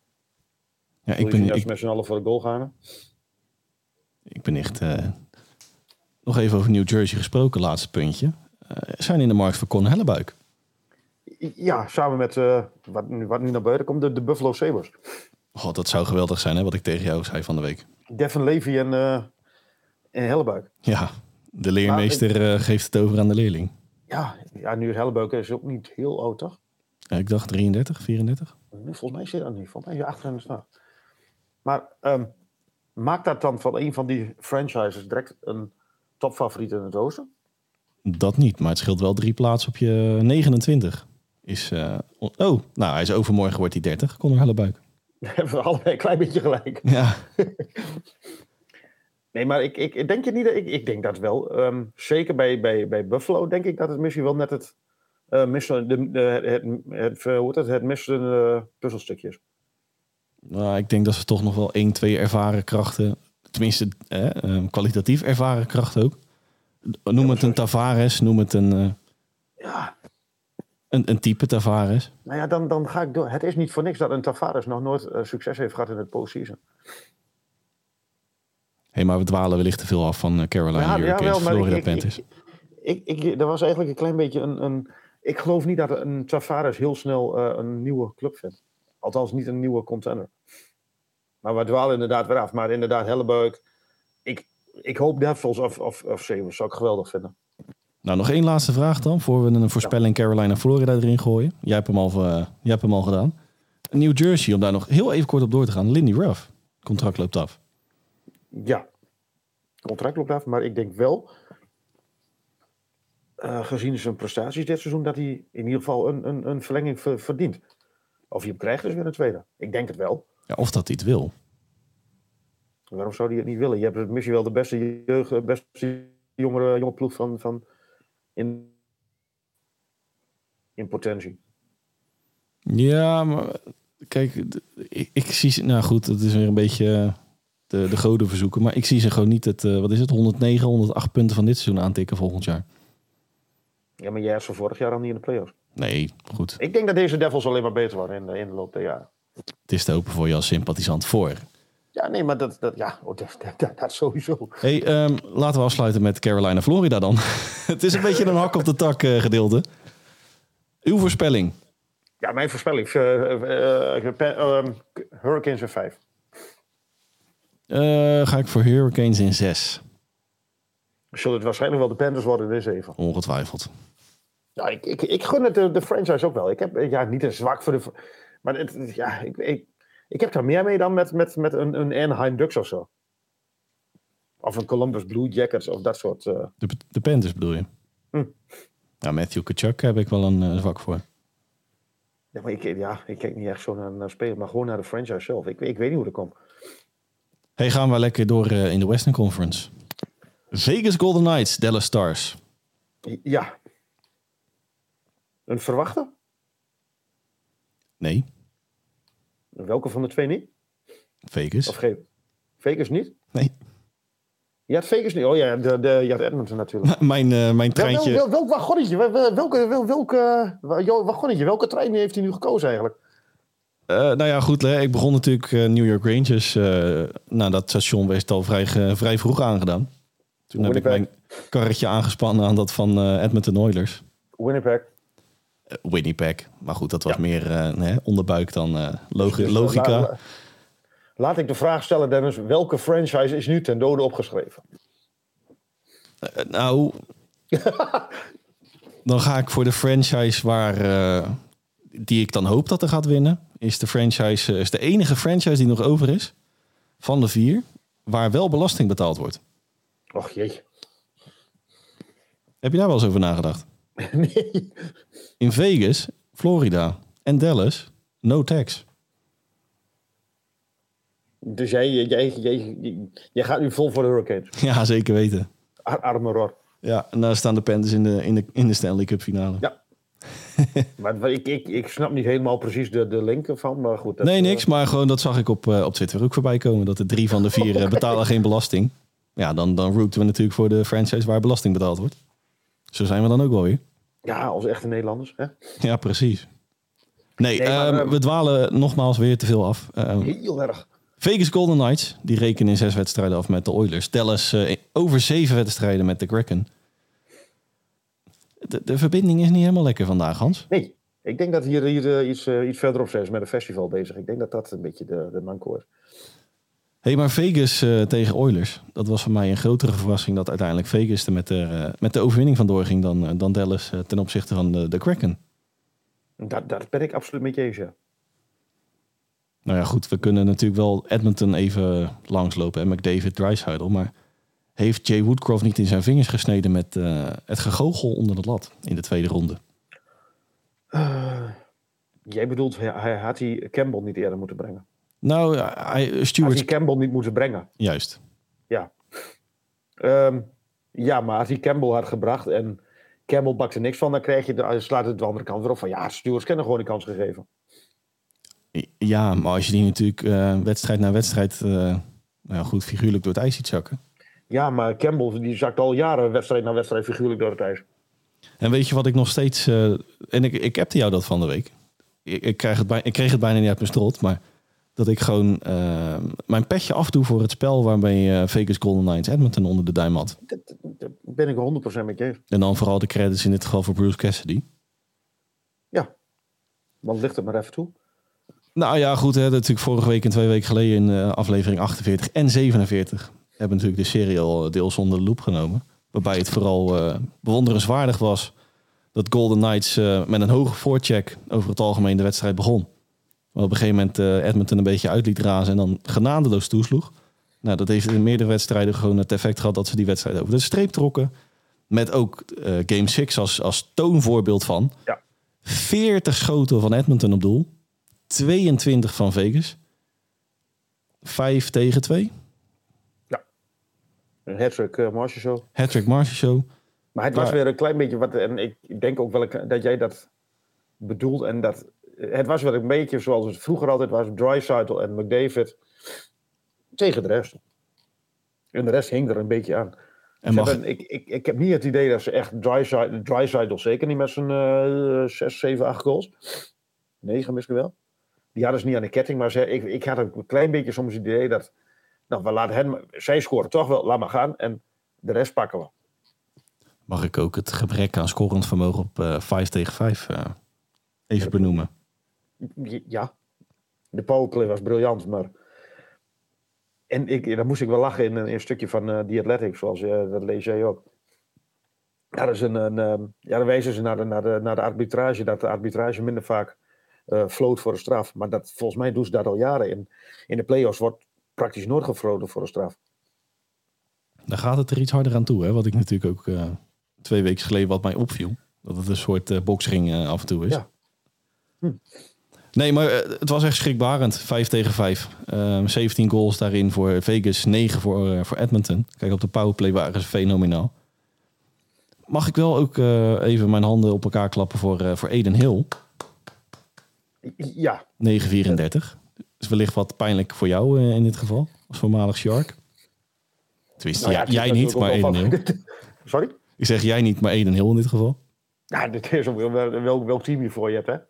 Ja, ik ik ben... Dat ik... ze met z'n allen voor de goal gaan. Ik ben echt... Uh... Nog even over New Jersey gesproken, laatste puntje. Uh, zijn in de markt voor Connor Hellebuik. Ja, samen met uh, wat, nu, wat nu naar buiten komt, de, de Buffalo Sabres. Oh, dat zou geweldig zijn, hè, wat ik tegen jou zei van de week. Devin Levy en, uh, en Hellebuik. Ja, de leermeester maar, uh, geeft het over aan de leerling. Ja, ja nu is Hellebuik is ook niet heel oud, toch? Ja, ik dacht drieëndertig, vierendertig. Volgens mij zit dat niet. Volgens mij is hij achtendertig. Maar um, maakt dat dan van een van die franchises direct een topfavoriet in het oosten? Dat niet, maar het scheelt wel drie plaatsen op je negenentwintig. Is, uh, oh, nou, hij is overmorgen wordt hij dertig. Connor Hellebuik. Hebben we allebei een klein beetje gelijk. Ja. Nee, maar ik, ik denk je niet. Ik, ik denk dat wel. Um, zeker bij, bij, bij Buffalo denk ik dat het misschien wel net het uh, missen, de, de, het, het, het, het, het, het missen uh, puzzelstukjes. Nou, ik denk dat ze toch nog wel één, twee ervaren krachten, tenminste eh, um, kwalitatief ervaren krachten ook. Noem ja, het een Tavares, noem het een, uh, ja. een, een type Tavares. Nou ja, dan, dan ga ik door. Het is niet voor niks dat een Tavares nog nooit uh, succes heeft gehad in het postseason. Hé, hey, maar we dwalen wellicht te veel af van Carolina ja, Hurricanes, ja, Florida ik, Panthers. Ik, ik, ik, ik, dat was eigenlijk een klein beetje een, een... Ik geloof niet dat een Tavares heel snel uh, een nieuwe club vindt. Althans niet een nieuwe contender. Maar we dwalen inderdaad weer af. Maar inderdaad, Hellebuik. Ik, ik hoop Devils of, of, of Sabres. Zou ik geweldig vinden. Nou, nog één laatste vraag dan. Voor we een voorspelling ja. Carolina-Florida erin gooien. Jij hebt hem al, uh, jij hebt hem al gedaan. New Jersey, om daar nog heel even kort op door te gaan. Lindy Ruff. Contract loopt af. Ja. Contract loopt af. Maar ik denk wel... Uh, gezien zijn prestaties dit seizoen... dat hij in ieder geval een, een, een verlenging ver, verdient. Of hij hem krijgt is weer een tweede. Ik denk het wel. Ja, of dat hij het wil. Waarom zou hij het niet willen? Je hebt misschien wel de beste jeugd, beste jongere, jonge ploeg van, van in, in potentie. Ja, maar kijk, ik, ik zie ze, nou goed, het is weer een beetje de, de goden verzoeken, maar ik zie ze gewoon niet het, wat is het, honderdnegen, honderdacht punten van dit seizoen aantikken volgend jaar. Ja, maar jij hebt ze vorig jaar al niet in de play-offs. Nee, goed. Ik denk dat deze Devils alleen maar beter worden in de, in de loop der jaren. Het is te hopen voor je als sympathisant voor. Ja, nee, maar dat, dat, ja, oh, dat, dat, dat sowieso. Hey, um, laten we afsluiten met Carolina-Florida dan. Het is een beetje een hak op de tak uh, gedeelte. Uw voorspelling? Ja, mijn voorspelling. Uh, uh, uh, uh, Hurricanes in vijf. Uh, ga ik voor Hurricanes in zes. Zullen het waarschijnlijk wel de Panthers worden in zeven? Ongetwijfeld. Ja, ik, ik, ik gun het de, de franchise ook wel. Ik heb ja, niet een zwak voor de... Maar het, ja, ik, ik, ik heb daar meer mee dan met, met, met een, een Anaheim Ducks of zo. Of een Columbus Blue Jackets of dat soort... Uh... De, de Panthers bedoel je? Hm. Nou, Matthew Tkachuk heb ik wel een uh, zwak voor. Ja, maar ik, ja, ik kijk niet echt zo naar, naar spelen, maar gewoon naar de franchise zelf. Ik, ik weet niet hoe dat komt. Hey, gaan we lekker door uh, in de Western Conference. Vegas Golden Knights, Dallas Stars. Ja. Een verwachter? Nee. Welke van de twee niet? Vegas. Of geen? Vegas niet? Nee. Je had Vegas niet. Oh ja, de, de, je had Edmonton natuurlijk. mijn, uh, mijn treintje... Wel, wel, welk wagonnetje? Welke, welke, welke, wagonnetje? Welke trein heeft hij nu gekozen eigenlijk? Uh, nou ja, goed. Hè. Ik begon natuurlijk uh, New York Rangers. Uh, nou, dat station werd al vrij, uh, vrij vroeg aangedaan. Toen Winnipeg. Heb ik mijn karretje aangespannen aan dat van uh, Edmonton Oilers. Winnipeg. Uh, Winnipeg. Maar goed, dat was ja. meer uh, nee, onderbuik dan uh, log- dus, logica. La, la, laat ik de vraag stellen, Dennis. Welke franchise is nu ten dode opgeschreven? Uh, nou... dan ga ik voor de franchise waar... Uh, die ik dan hoop dat er gaat winnen. Is de franchise... is de enige franchise die nog over is. Van de vier. Waar wel belasting betaald wordt. Och jee. Heb je daar wel eens over nagedacht? Nee. In Vegas, Florida en Dallas, no tax. Dus jij, jij, jij, jij gaat nu vol voor de Hurricanes? Ja, zeker weten. Ar- arme Ror. Ja, en daar staan de Panthers in de, in de, in de Stanley Cup finale. Ja. Maar ik, ik, ik snap niet helemaal precies de, de link ervan, maar goed. Dat, nee, niks, uh... maar gewoon dat zag ik op, uh, op Twitter ook voorbij komen. Dat de drie van de vier uh, betalen geen belasting. Ja, dan, dan rooten we natuurlijk voor de franchise waar belasting betaald wordt. Zo zijn we dan ook wel weer. Ja, als echte Nederlanders. Hè? Ja, precies. Nee, nee maar, uh, we dwalen nogmaals weer te veel af. Uh, heel erg. Vegas Golden Knights, die rekenen in zes wedstrijden af met de Oilers. Dallas uh, over zeven wedstrijden met de Kraken. De, de verbinding is niet helemaal lekker vandaag, Hans. Nee, ik denk dat hier, hier uh, iets, uh, iets verderop zijn met een festival bezig. Ik denk dat dat een beetje de, de manco is. Hé, hey, maar Vegas uh, tegen Oilers, dat was voor mij een grotere verrassing dat uiteindelijk Vegas er met de, uh, met de overwinning van doorging dan, uh, dan Dallas uh, ten opzichte van de, de Kraken. Dat, dat ben ik absoluut met je eens, ja. Nou ja, goed, we kunnen natuurlijk wel Edmonton even langslopen en McDavid, Draisaitl, maar heeft Jay Woodcroft niet in zijn vingers gesneden met uh, het gegoochel onder de lat in de tweede ronde? Uh, jij bedoelt, hij, hij had hij Campbell niet eerder moeten brengen? Nou, hij, Stuart... Had hij Campbell niet moeten brengen? Juist. Ja. Um, ja, maar als hij Campbell had gebracht en Campbell bakte niks van, dan krijg je de, slaat het de andere kant weer op van ja, Stuart kennen gewoon een kans gegeven. Ja, maar als je die natuurlijk uh, wedstrijd na wedstrijd uh, nou ja, goed figuurlijk door het ijs ziet zakken. Ja, maar Campbell die zakt al jaren wedstrijd na wedstrijd figuurlijk door het ijs. En weet je wat ik nog steeds... Uh, en ik, ik appte jou dat van de week. Ik, ik, krijg het bij, ik kreeg het bijna niet uit mijn strot, maar dat ik gewoon uh, mijn petje afdoe voor het spel waarmee uh, Vegas Golden Knights Edmonton onder de duim had. Dat, dat ben ik honderd procent met je eens. En dan vooral de credits in dit geval voor Bruce Cassidy. Ja, want ligt het maar even toe. Nou ja, goed. Hè, natuurlijk vorige week en twee weken geleden in uh, aflevering achtenveertig en zevenenveertig... hebben natuurlijk de serie al deels onder de loep genomen. Waarbij het vooral uh, bewonderenswaardig was dat Golden Knights uh, met een hoge voorcheck over het algemeen de wedstrijd begon. Maar op een gegeven moment uh, Edmonton een beetje uit liet razen en dan genadeloos toesloeg. Nou, dat heeft in meerdere wedstrijden gewoon het effect gehad dat ze die wedstrijd over de streep trokken. Met ook uh, Game zes als, als toonvoorbeeld van. Ja. veertig schoten van Edmonton op doel. tweeëntwintig van Vegas. vijf tegen twee. Een hat-trick uh, Marchessault show. Hat-trick Marchessault show. Maar het was maar, weer een klein beetje wat... En ik denk ook wel dat jij dat bedoelt. En dat... Het was wel een beetje zoals het vroeger altijd was. Draisaitl en McDavid. Tegen de rest. En de rest hing er een beetje aan. En mag... hebben, ik, ik, ik heb niet het idee dat ze echt Draisaitl... Draisaitl zeker niet met zijn uh, zes, zeven, acht goals. negen misschien wel. Die hadden ze niet aan de ketting. Maar ze, ik, ik had een klein beetje soms het idee dat... Nou, we laten hen, zij scoren toch wel, laat maar gaan. En de rest pakken we. Mag ik ook het gebrek aan scorend vermogen op uh, vijf tegen vijf uh, even benoemen? Ja, de powerplay was briljant, maar... En ik, dan moest ik wel lachen in, in een stukje van uh, The Athletic, zoals uh, dat lees jij ook. Ja, dat is een, een, um, ja, dan wijzen ze naar de, naar, de, naar de arbitrage, dat de arbitrage minder vaak uh, floot voor een straf. Maar dat, volgens mij doen ze dat al jaren. In, in de play-offs wordt praktisch nooit gefloten voor een straf. Dan gaat het er iets harder aan toe, hè? Wat ik natuurlijk ook uh, twee weken geleden wat mij opviel. Dat het een soort uh, boksring uh, af en toe is. Ja. Hm. Nee, maar uh, het was echt schrikbarend. Vijf tegen vijf. Uh, zeventien goals daarin voor Vegas, negen voor, uh, voor Edmonton. Kijk, op de powerplay waren ze fenomenaal. Mag ik wel ook uh, even mijn handen op elkaar klappen voor, uh, voor Aiden Hill? Ja. negen vierendertig. Dus wellicht wat pijnlijk voor jou uh, in dit geval, als voormalig Shark. Tenminste, nou ja, jij, jij niet, maar Aiden Hill. Sorry? Ik zeg jij niet, maar Aiden Hill in dit geval. Ja, dit is ook wel, wel, welk team je voor je hebt, hè?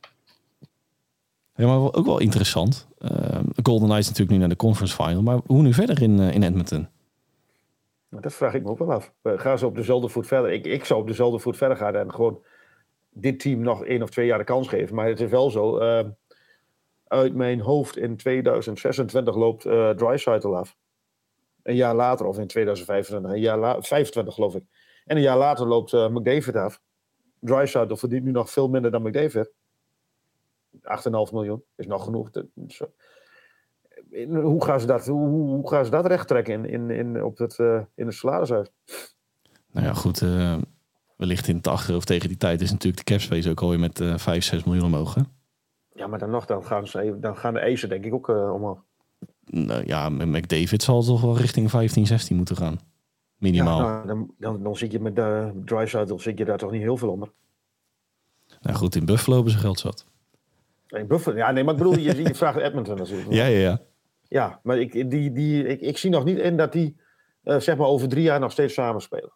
Ja, maar ook wel interessant. Uh, Golden Knights natuurlijk nu naar de conference final. Maar hoe nu verder in, uh, in Edmonton? Dat vraag ik me ook wel af. Uh, gaan ze op dezelfde voet verder? Ik, ik zou op dezelfde voet verder gaan en gewoon dit team nog één of twee jaar de kans geven. Maar het is wel zo. Uh, uit mijn hoofd in tweeduizend zesentwintig loopt uh, Draisaitl af. Een jaar later, of in tweeduizend vijfentwintig, een jaar la- vijfentwintig geloof ik. En een jaar later loopt uh, McDavid af. Draisaitl verdient nu nog veel minder dan McDavid. acht komma vijf miljoen is nog genoeg. Zo. Hoe gaan ze dat, hoe, hoe gaan ze dat recht trekken in, in, in, op het, uh, in het salarishuis? Nou ja, goed. Uh, wellicht in het achterhoofd tegen die tijd is natuurlijk de capspace ook alweer met uh, vijf, zes miljoen omhoog. Hè? Ja, maar dan nog, dan gaan, ze, dan gaan de eisen denk ik ook uh, omhoog. Nou ja, met McDavid zal toch wel richting vijftien, zestien moeten gaan. Minimaal. Ja, nou, dan, dan, dan zit je met de uh, Draisaitl zit je daar toch niet heel veel onder. Nou goed, in Buffalo hebben ze geld zat. In Buffalo? Ja, nee, maar ik bedoel, je, je vraagt Edmonton natuurlijk. Ja, ja, ja. Ja, maar ik, die, die, ik, ik zie nog niet in dat die uh, zeg maar over drie jaar nog steeds samenspelen.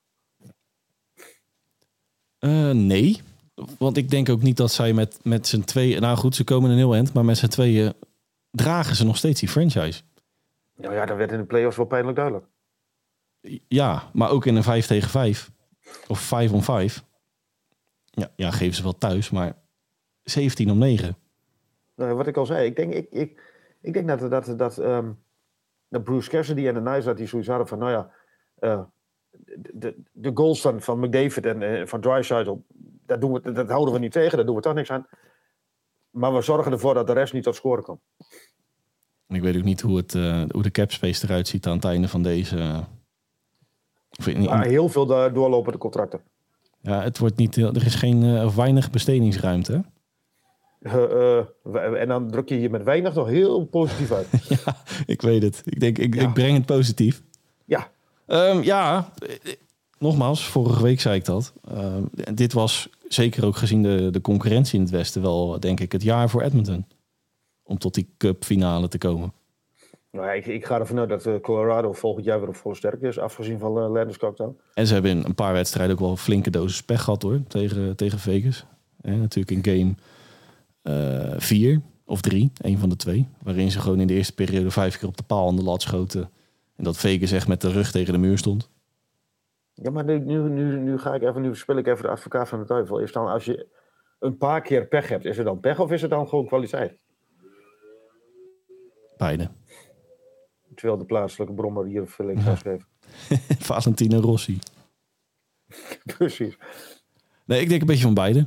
Uh, nee, want ik denk ook niet dat zij met, met z'n tweeën... Nou goed, ze komen een heel eind, maar met z'n tweeën dragen ze nog steeds die franchise. Nou ja, dat werd in de playoffs wel pijnlijk duidelijk. Ja, maar ook in een vijf tegen vijf. Of vijf om vijf. Ja, ja, geven ze wel thuis, maar zeventien om negen. Nou, wat ik al zei, ik denk, ik, ik, ik denk dat, dat, dat, um, dat Bruce Cassidy en de Knights dat die zoiets hadden van, nou ja, uh, de, de goals van, van McDavid en uh, van Draisaitl, dat, doen we, dat, dat houden we niet tegen, daar doen we toch niks aan. Maar we zorgen ervoor dat de rest niet tot scoren komt. Ik weet ook niet hoe, het, uh, hoe de capspace eruit ziet aan het einde van deze... Uh, in, in... Heel veel doorlopende contracten. Ja, het wordt niet, er is geen uh, weinig bestedingsruimte. Uh, uh, en dan druk je je met weinig nog heel positief uit. Ja, ik weet het. Ik denk, ik, ja. ik breng het positief. Ja. Um, ja, nogmaals, vorige week zei ik dat. Um, dit was zeker ook gezien de, de concurrentie in het Westen wel, denk ik, het jaar voor Edmonton. Om tot die cupfinale te komen. Nou ja, ik, ik ga ervan uit dat uh, Colorado volgend jaar weer op volle sterkte is, afgezien van uh, Landeskog dan. En ze hebben in een paar wedstrijden ook wel flinke dosis pech gehad hoor, tegen, tegen Vegas. En natuurlijk in game uh, vier of drie, een van de twee. Waarin ze gewoon in de eerste periode vijf keer op de paal aan de lat schoten. En dat Vegas echt met de rug tegen de muur stond. Ja, maar nu, nu, nu, nu ga ik even, nu speel ik even de advocaat van de duivel. Is dan als je een paar keer pech hebt, is het dan pech of is het dan gewoon kwaliteit? Beide. Terwijl de plaatselijke brommer hier veel ik ja. schreef. Valentino Rossi. Precies. Nee, ik denk een beetje van beide.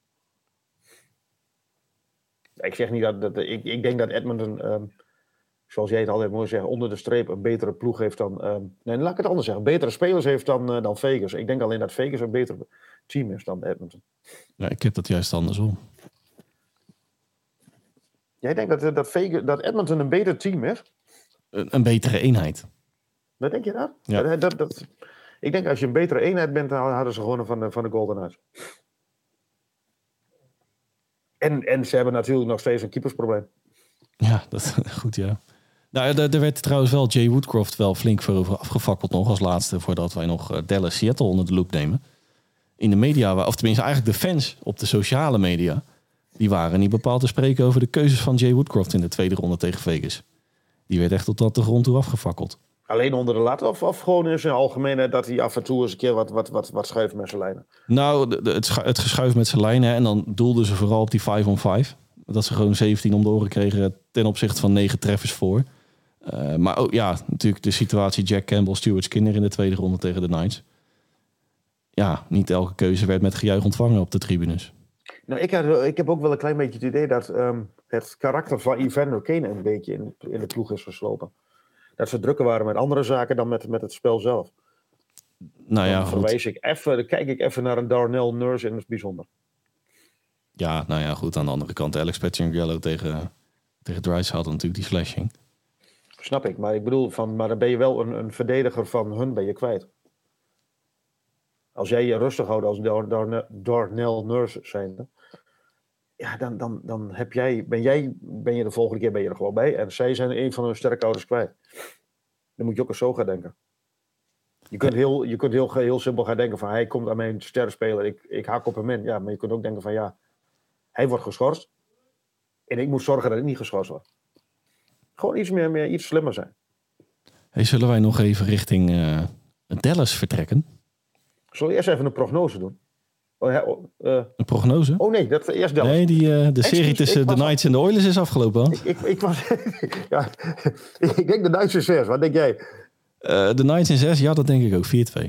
Ik zeg niet dat... dat ik, ik denk dat Edmonton, um, zoals jij het altijd mooi zegt, onder de streep een betere ploeg heeft dan... Um, nee, laat ik het anders zeggen. Betere spelers heeft dan, uh, dan Vegas. Ik denk alleen dat Vegas een beter team is dan Edmonton. Ja, ik heb dat juist andersom. Jij denkt dat, dat, Vegas, dat Edmonton een beter team is? Een, een betere eenheid. Wat denk je dat? Ja. Dat, dat, dat? Ik denk als je een betere eenheid bent, dan hadden ze gewonnen van de, van de Golden Knights. En, en ze hebben natuurlijk nog steeds een keepersprobleem. Ja, dat is goed, ja. Nou, er, er werd trouwens wel Jay Woodcroft wel flink voor over afgefakkeld nog als laatste, voordat wij nog Dallas Seattle onder de loep nemen. In de media, of tenminste eigenlijk de fans op de sociale media, die waren niet bepaald te spreken over de keuzes van Jay Woodcroft in de tweede ronde tegen Vegas. Die werd echt tot de grond toe afgefakkeld. Alleen onder de lat of, of gewoon in zijn algemeen dat hij af en toe eens een keer wat, wat, wat, wat schuift met zijn lijnen? Nou, de, de, het, schu- het geschuif met zijn lijnen. En dan doelden ze vooral op die vijf on vijf. Dat ze gewoon zeventien om de oren kregen ten opzichte van negen treffers voor. Uh, maar ook ja, natuurlijk de situatie Jack Campbell, Stuart Skinner in de tweede ronde tegen de Knights. Ja, niet elke keuze werd met gejuich ontvangen op de tribunes. Nou, ik, had, ik heb ook wel een klein beetje het idee dat um, het karakter van Evander Kane een beetje in, in de ploeg is geslopen. Dat ze drukker waren met andere zaken dan met, met het spel zelf. Nou ja, dan verwijs ik even, dan kijk ik even naar een Darnell Nurse in het bijzonder. Ja, nou ja, goed. Aan de andere kant, Alex Pietrangelo tegen, tegen Draisaitl had natuurlijk die slashing. Snap ik, maar ik bedoel, van, maar dan ben je wel een, een verdediger van hun ben je kwijt. Als jij je rustig houdt als Dar- Dar- Darnell Nurse zijnde, ja, dan, dan, dan heb jij, ben jij, ben je de volgende keer ben je er gewoon bij. En zij zijn een van hun sterkhouders kwijt. Dan moet je ook eens zo gaan denken. Je kunt heel, je kunt heel, heel simpel gaan denken van, hij komt aan mijn sterrenspeler, ik, ik hak op hem in. Ja, maar je kunt ook denken van, ja, hij wordt geschorst. En ik moet zorgen dat ik niet geschorst word. Gewoon iets meer, meer iets slimmer zijn. Hey, zullen wij nog even richting uh, Dallas vertrekken? Zullen we eerst even een prognose doen? Oh, ja, oh, uh, een prognose? Oh nee, dat eerst Dallas. Nee, die, uh, de serie Excuse, tussen de Knights al... en de Oilers is afgelopen. Al. Ik, ik, ik, was, ja, ik denk de Knights in zes. Wat denk jij? Uh, de Knights in zes, ja, dat denk ik ook. vier twee.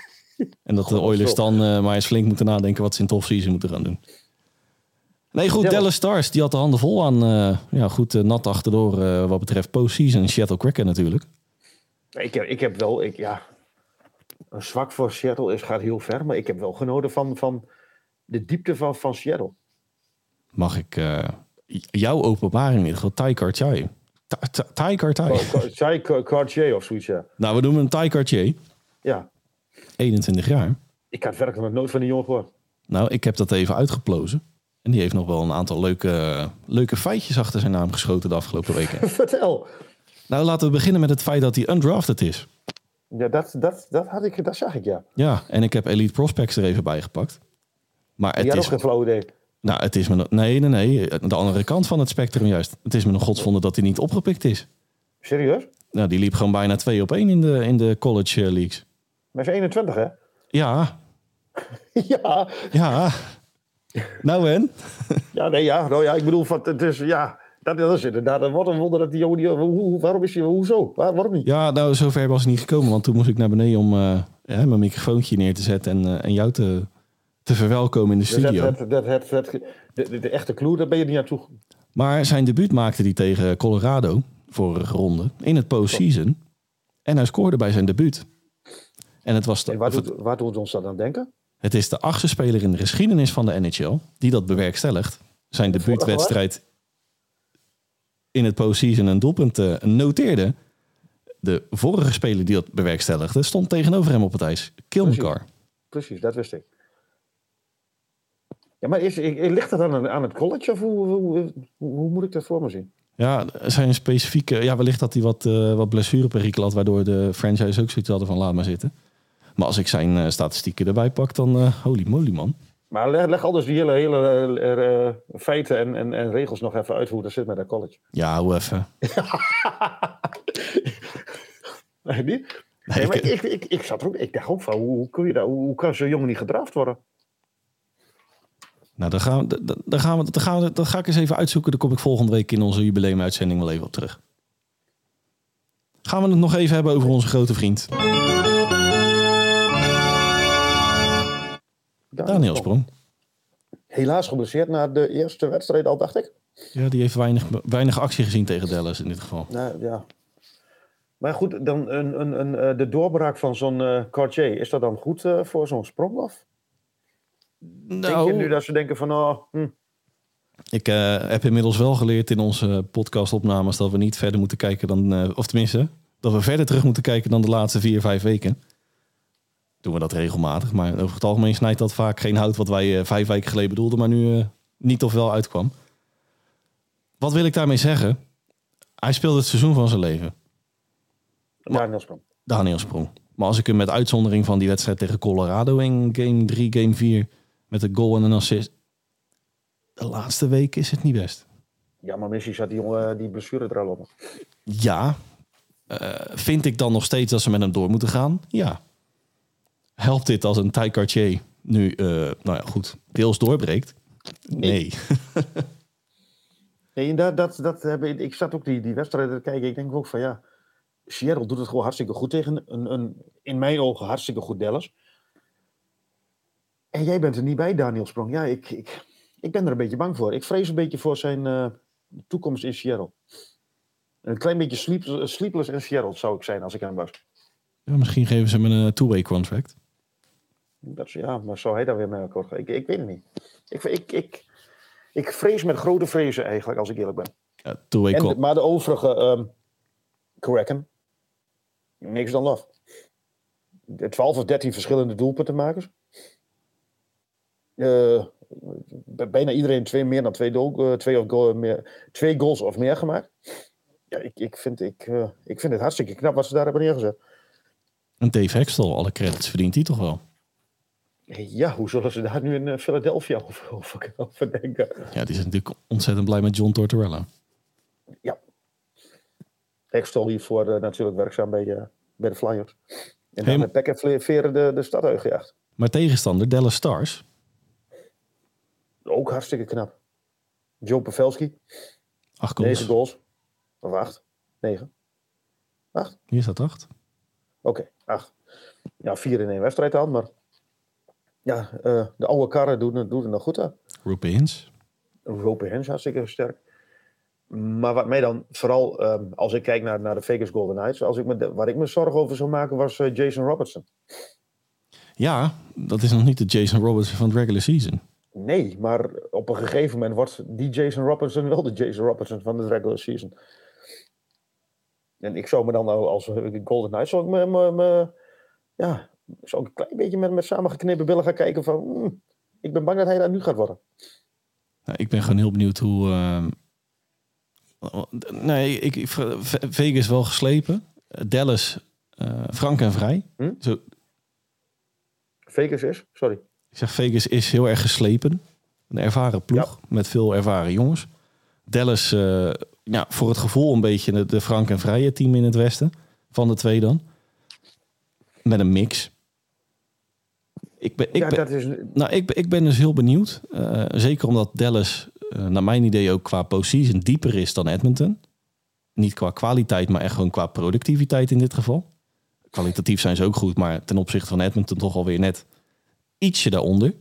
En dat de Oilers dan uh, maar eens flink moeten nadenken wat ze in het offseason moeten gaan doen. Nee, goed, Dallas, Dallas Stars, die had de handen vol aan, uh, ja, goed, uh, nat achterdoor uh, wat betreft postseason. Seattle Kraken natuurlijk. Ik heb, ik heb wel, ik, ja, een zwak voor Seattle is, gaat heel ver, maar ik heb wel genoten van, van de diepte van, van Seattle. Mag ik uh, jouw openbaring in ieder geval, Ty Cartier. Ty Cartier. Ty Cartier of zoiets, ja. Nou, we noemen hem Ty Cartier. Ja. eenentwintig jaar. Ik had werkelijk nog nooit van die jongen gehoord. Nou, ik heb dat even uitgeplozen. En die heeft nog wel een aantal leuke, leuke feitjes achter zijn naam geschoten de afgelopen weken. Vertel. Nou, laten we beginnen met het feit dat hij undrafted is. Ja, dat, dat, dat, had ik, dat zag ik, ja. Ja, en ik heb Elite Prospects er even bij gepakt. Maar het die had is ook geen flauw idee. Nou, het is me... Nee, nee, nee. De andere kant van het spectrum juist. Het is me een godswonde dat hij niet opgepikt is. Serieus? Nou, die liep gewoon bijna twee op één in de, in de college uh, leagues. Maar hij is eenentwintig, hè? Ja. ja. Ja. Nou en? ja, nee, ja. Nou ja, ik bedoel, van, het is, ja... Dat, dat is inderdaad. Wat een wonder dat die jongen... Die, hoe, waarom is hij... Hoezo? Waar, waarom niet? Ja, nou, zover was hij niet gekomen. Want toen moest ik naar beneden om uh, ja, mijn microfoontje neer te zetten... en, uh, en jou te, te verwelkomen in de studio. Dus het, het, het, het, het, de, de, de echte clue, daar ben je niet naartoe. Maar zijn debuut maakte hij tegen Colorado... vorige ronde, in het postseason. En hij scoorde bij zijn debuut. En het was... De, en waar, doet, waar doet ons dat aan denken? Het is de achtste speler in de geschiedenis van de N H L... die dat bewerkstelligt. Zijn debuutwedstrijd... in het postseason een doelpunt uh, noteerde. De vorige speler die dat bewerkstelligde... stond tegenover hem op het ijs. Kilmacar. Precies, Precies dat wist ik. Ja, maar is, ligt dat aan, aan het college? Of hoe, hoe, hoe, hoe moet ik dat voor me zien? Ja, er zijn specifieke... Ja, wellicht dat hij wat, uh, wat blessureperikel had... waardoor de franchise ook zoiets hadden van laat maar zitten. Maar als ik zijn uh, statistieken erbij pak... dan uh, holy moly, man. Maar leg, leg al dus die hele, hele uh, uh, feiten en, en, en regels nog even uit hoe dat zit met dat college. Ja, hoe even. nee, niet? Nee, nee, maar ik, ik, ik, ik, zat er ook, ik dacht ook van, hoe, hoe, kun je dat, hoe, hoe kan zo'n jongen niet gedraft worden? Nou, dan, gaan we, dan, gaan we, dan, gaan we, dan ga ik eens even uitzoeken. Dan kom ik volgende week in onze jubileumuitzending wel even op terug. Gaan we het nog even hebben over onze grote vriend. Daniel Sprong. Helaas geblesseerd na de eerste wedstrijd al, dacht ik. Ja, die heeft weinig, weinig actie gezien tegen Dallas in dit geval. Nou, ja. Maar goed, dan een, een, een, de doorbraak van zo'n uh, Cartier, is dat dan goed uh, voor zo'n Sprong of? Nou, denk je nu dat ze denken van... Oh, hm. Ik uh, heb inmiddels wel geleerd in onze podcastopnames dat we niet verder moeten kijken dan... Uh, of tenminste, dat we verder terug moeten kijken dan de laatste vier, vijf weken. Doen we dat regelmatig. Maar over het algemeen snijdt dat vaak geen hout wat wij uh, vijf weken geleden bedoelden, maar nu uh, niet of wel uitkwam. Wat wil ik daarmee zeggen? Hij speelde het seizoen van zijn leven. Daniel Sprong. Daniel Sprong. Maar als ik hem met uitzondering van die wedstrijd tegen Colorado in game drie, game vier... met een goal en een assist... de laatste week is het niet best. Ja, maar misschien zat die jongen die blessure er al op. Ja. Uh, vind ik dan nog steeds dat ze met hem door moeten gaan? Ja. Helpt dit als een Ty Cartier nu, uh, nou ja, goed, deels doorbreekt? Nee. Nee, nee dat, dat, dat heb ik, ik zat ook die, die wedstrijden te kijken. Ik denk ook van ja, Seattle doet het gewoon hartstikke goed tegen een, een in mijn ogen hartstikke goed Dallas. En jij bent er niet bij, Daniel Sprong. Ja, ik, ik, ik ben er een beetje bang voor. Ik vrees een beetje voor zijn uh, toekomst in Seattle. Een klein beetje sleep, sleepless in Seattle zou ik zijn als ik hem was. Ja, misschien geven ze hem een two-way contract. Dat is, ja, maar zou hij daar weer mee akkoord gaan? Ik, ik weet het niet. Ik, ik, ik, ik vrees met grote vrezen eigenlijk, als ik eerlijk ben. Ja, two-way en, con- maar de overige, um, Kraken, niks dan love. twaalf of dertien verschillende doelpuntenmakers. Uh, bijna iedereen twee meer dan twee, doel, uh, twee, of goal, meer, twee goals of meer gemaakt. Ja, ik, ik, vind, ik, uh, ik vind het hartstikke knap wat ze daar hebben neergezet. En Dave Hextall, alle credits verdient hij toch wel? Ja, hoe zullen ze daar nu in uh, Philadelphia over, over, over denken? Ja, die is natuurlijk ontzettend blij met John Tortorella. Ja. Hextall hiervoor uh, natuurlijk werkzaam bij, uh, bij de Flyers. En dan met pek en veren de, de stad uitgejaagd. Maar tegenstander, Dallas Stars. Ook hartstikke knap. Joe Pavelski. Acht goals. Negen goals. Of acht? Negen? Acht? Hier staat acht. Oké, okay, acht. Ja, vier in één wedstrijd dan, maar... Ja, uh, de oude karren doen, doen er nog goed aan. Roope Hintz. Roope Hintz hartstikke sterk. Maar wat mij dan vooral, um, als ik kijk naar, naar de Vegas Golden Knights... Als ik me de, waar ik me zorgen over zou maken, was uh, Jason Robertson. Ja, dat is nog niet de Jason Robertson van het regular season. Nee, maar op een gegeven moment wordt die Jason Robertson wel de Jason Robertson van de regular season. En ik zou me dan als Golden Knights, zou ik me, me, me, ja, zou ik een klein beetje met, met samengeknepen billen gaan kijken van, hmm, ik ben bang dat hij daar nu gaat worden. Nou, ik ben gewoon heel benieuwd hoe... Uh... Nee, ik, ik, Vegas wel geslepen. Dallas, uh, frank en vrij. Hm? Zo... Vegas is? Sorry. Ik zeg, Vegas is heel erg geslepen. Een ervaren ploeg ja. met veel ervaren jongens. Dallas, uh, ja, voor het gevoel een beetje de, de frank en vrije team in het westen. Van de twee dan. Met een mix. Ik ben, ik ja, ben, dat is... nou, ik, ik ben dus heel benieuwd. Uh, zeker omdat Dallas, uh, naar mijn idee ook qua postseason dieper is dan Edmonton. Niet qua kwaliteit, maar echt gewoon qua productiviteit in dit geval. Kwalitatief zijn ze ook goed, maar ten opzichte van Edmonton toch alweer net ietsje daaronder.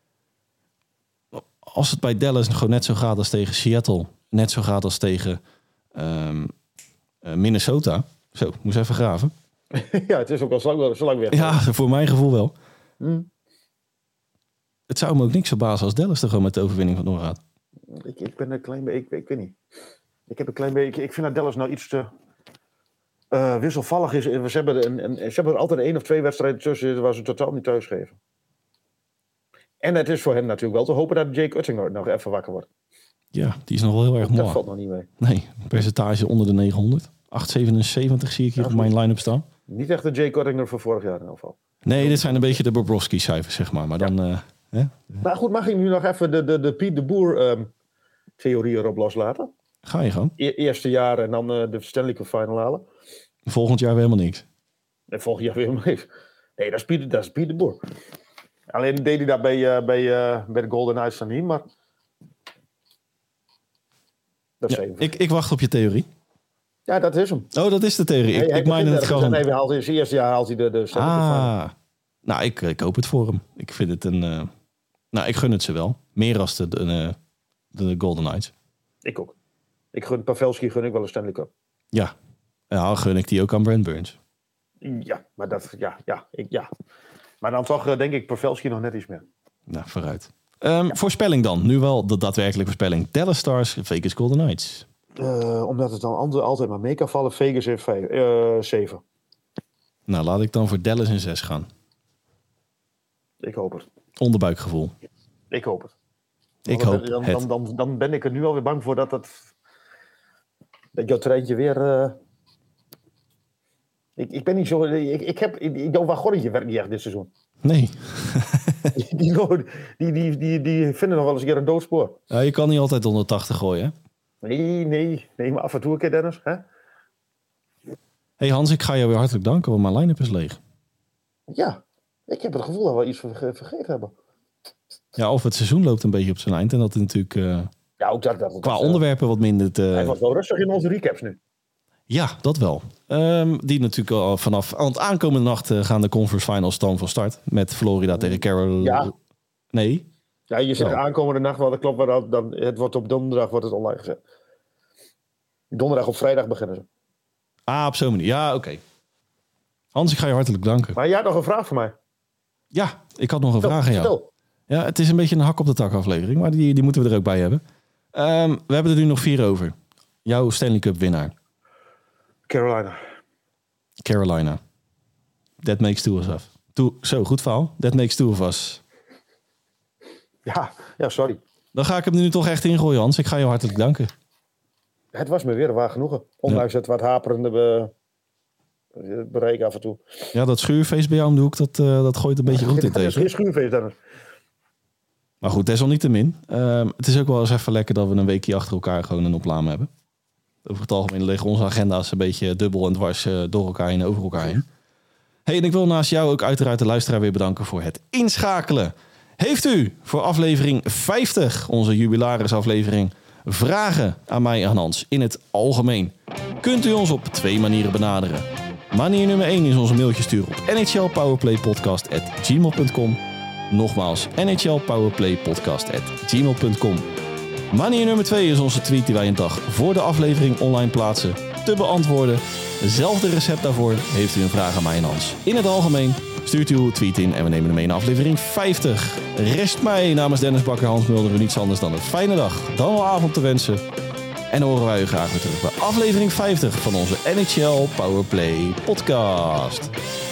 Als het bij Dallas gewoon net zo gaat als tegen Seattle, net zo gaat als tegen um, uh, Minnesota. Zo, moest even graven. Ja, het is ook al zo lang, zo lang weer. Ja, voor mijn gevoel wel. Hmm. Het zou me ook niks verbazen als Dallas er gewoon met de overwinning van doorgaat. Ik, ik ben een klein beetje, ik, ik weet niet. Ik heb een klein beetje, ik, ik vind dat Dallas nou iets te uh, wisselvallig is. Ze hebben, een, een, ze hebben er altijd één of twee wedstrijden tussen waar ze totaal niet thuisgeven. En het is voor hen natuurlijk wel te hopen dat Jake Oettinger nog even wakker wordt. Ja, die is nog wel heel erg mooi. Dat valt nog niet mee. Nee, percentage onder de negenhonderd. acht komma zevenenzeventig zie ik hier ja, op mijn line-up staan. Niet echt de Jake Oettinger van vorig jaar in ieder geval. Nee, dit zijn een beetje de Bobrovsky-cijfers, zeg maar. Maar dan... Ja. Uh, hè? Maar goed, mag ik nu nog even de, de, de Piet de Boer um, theorie erop loslaten? Ga je gewoon. E- eerste jaar en dan uh, de Stanley Cup Final halen. Volgend jaar weer helemaal niks. En volgend jaar weer helemaal niks. Nee, dat is Piet, dat is Piet de Boer. Alleen deed hij dat bij, uh, bij, uh, bij de Golden Knights dan niet, maar... Dat is ja, ik, ik wacht op je theorie. Ja, dat is hem. Oh, dat is de theorie. Ik, ik meen het gewoon. Hij haalt in zijn eerste jaar haalt hij de, de Stanley Cup Final. Ah, nou, ik, ik hoop het voor hem. Ik vind het een... Uh, nou, ik gun het ze wel. Meer als de, de, de, de Golden Knights. Ik ook. Ik gun Pavelski gun ik wel een Stanley Cup. Ja. Ja, gun ik die ook aan Brent Burns. Ja, maar dat... Ja, ja, ik, ja. Maar dan toch uh, denk ik Pavelski nog net iets meer. Nou, vooruit. Um, ja. Voorspelling dan. Nu wel de daadwerkelijke voorspelling. Dallas Stars, Vegas Golden Knights. Uh, omdat het dan andere altijd maar mee kan vallen. Vegas in vijf, uh, zeven. Nou, laat ik dan voor Dallas in zes gaan. Ik hoop het. Onderbuikgevoel. Ik hoop het. Ik dan, hoop dan, het. Dan, dan, dan ben ik er nu alweer bang voor dat het... Dat jouw treintje weer... Uh... Ik, ik ben niet zo... Ik, ik heb... Jouw wagonnetje werkt niet echt dit seizoen. Nee. die, die, die, die, die vinden nog wel eens een keer een doodspoor. Ja, je kan niet altijd onder tachtig gooien, hè? Nee, nee. Nee, maar af en toe een keer, Dennis. Hè? Hey Hans, ik ga jou weer hartelijk danken, want mijn line-up is leeg. Ja, ik heb het gevoel dat we iets vergeten hebben. Ja, of het seizoen loopt een beetje op zijn eind. En dat het natuurlijk uh, ja, ook dat, dat, qua dat, onderwerpen wat minder te... Hij was wel rustig in onze recaps nu. Ja, dat wel. Um, die natuurlijk al vanaf... Want aankomende nacht uh, gaan de conference finals dan van start. Met Florida tegen Carolina. Ja. Nee? Ja, je zegt ja. aankomende nacht, wel, dat klopt. Maar dan, het wordt op donderdag wordt het online gezet. Donderdag op vrijdag beginnen ze. Ah, op zo'n manier. Ja, oké. Okay. Hans, ik ga je hartelijk danken. Maar jij had nog een vraag voor mij. Ja, ik had nog een stel, vraag aan jou. Stel. Ja, het is een beetje een hak op de tak aflevering. Maar die, die moeten we er ook bij hebben. Um, we hebben er nu nog vier over. Jouw Stanley Cup winnaar. Carolina. Carolina. That makes two of us. Two, zo, goed verhaal. That makes two of us. Ja, ja, sorry. Dan ga ik hem nu toch echt ingooien, Hans. Ik ga je hartelijk danken. Het was me weer een waar genoegen. Ondanks ja. het wat haperende be... bereik af en toe. Ja, dat schuurfeest bij jou om de hoek, dat, uh, dat gooit een beetje roet in tegen. Het is geen schuurfeest, Dennis. Maar goed, desalniettemin. Uh, het is ook wel eens even lekker dat we een weekje achter elkaar gewoon een opname hebben. Over het algemeen liggen onze agenda's een beetje dubbel en dwars uh, door elkaar heen, over elkaar heen. Hey, en ik wil naast jou ook uiteraard de luisteraar weer bedanken voor het inschakelen. Heeft u voor aflevering vijftig, onze jubilarisaflevering, vragen aan mij en Hans in het algemeen? Kunt u ons op twee manieren benaderen. Manier nummer één is onze mailtje sturen op n h l powerplay podcast at gmail dot com. Nogmaals, n h l powerplay podcast at gmail dot com. Manier nummer twee is onze tweet die wij een dag voor de aflevering online plaatsen te beantwoorden. Zelfde recept daarvoor. Heeft u een vraag aan mij en Hans in het algemeen? Stuurt uw tweet in en we nemen hem mee naar aflevering vijftig. Rest mij namens Dennis Bakker, Hans Mulder niets anders dan een fijne dag, dan wel avond te wensen. En horen wij u graag weer terug bij aflevering vijftig van onze N H L Powerplay podcast.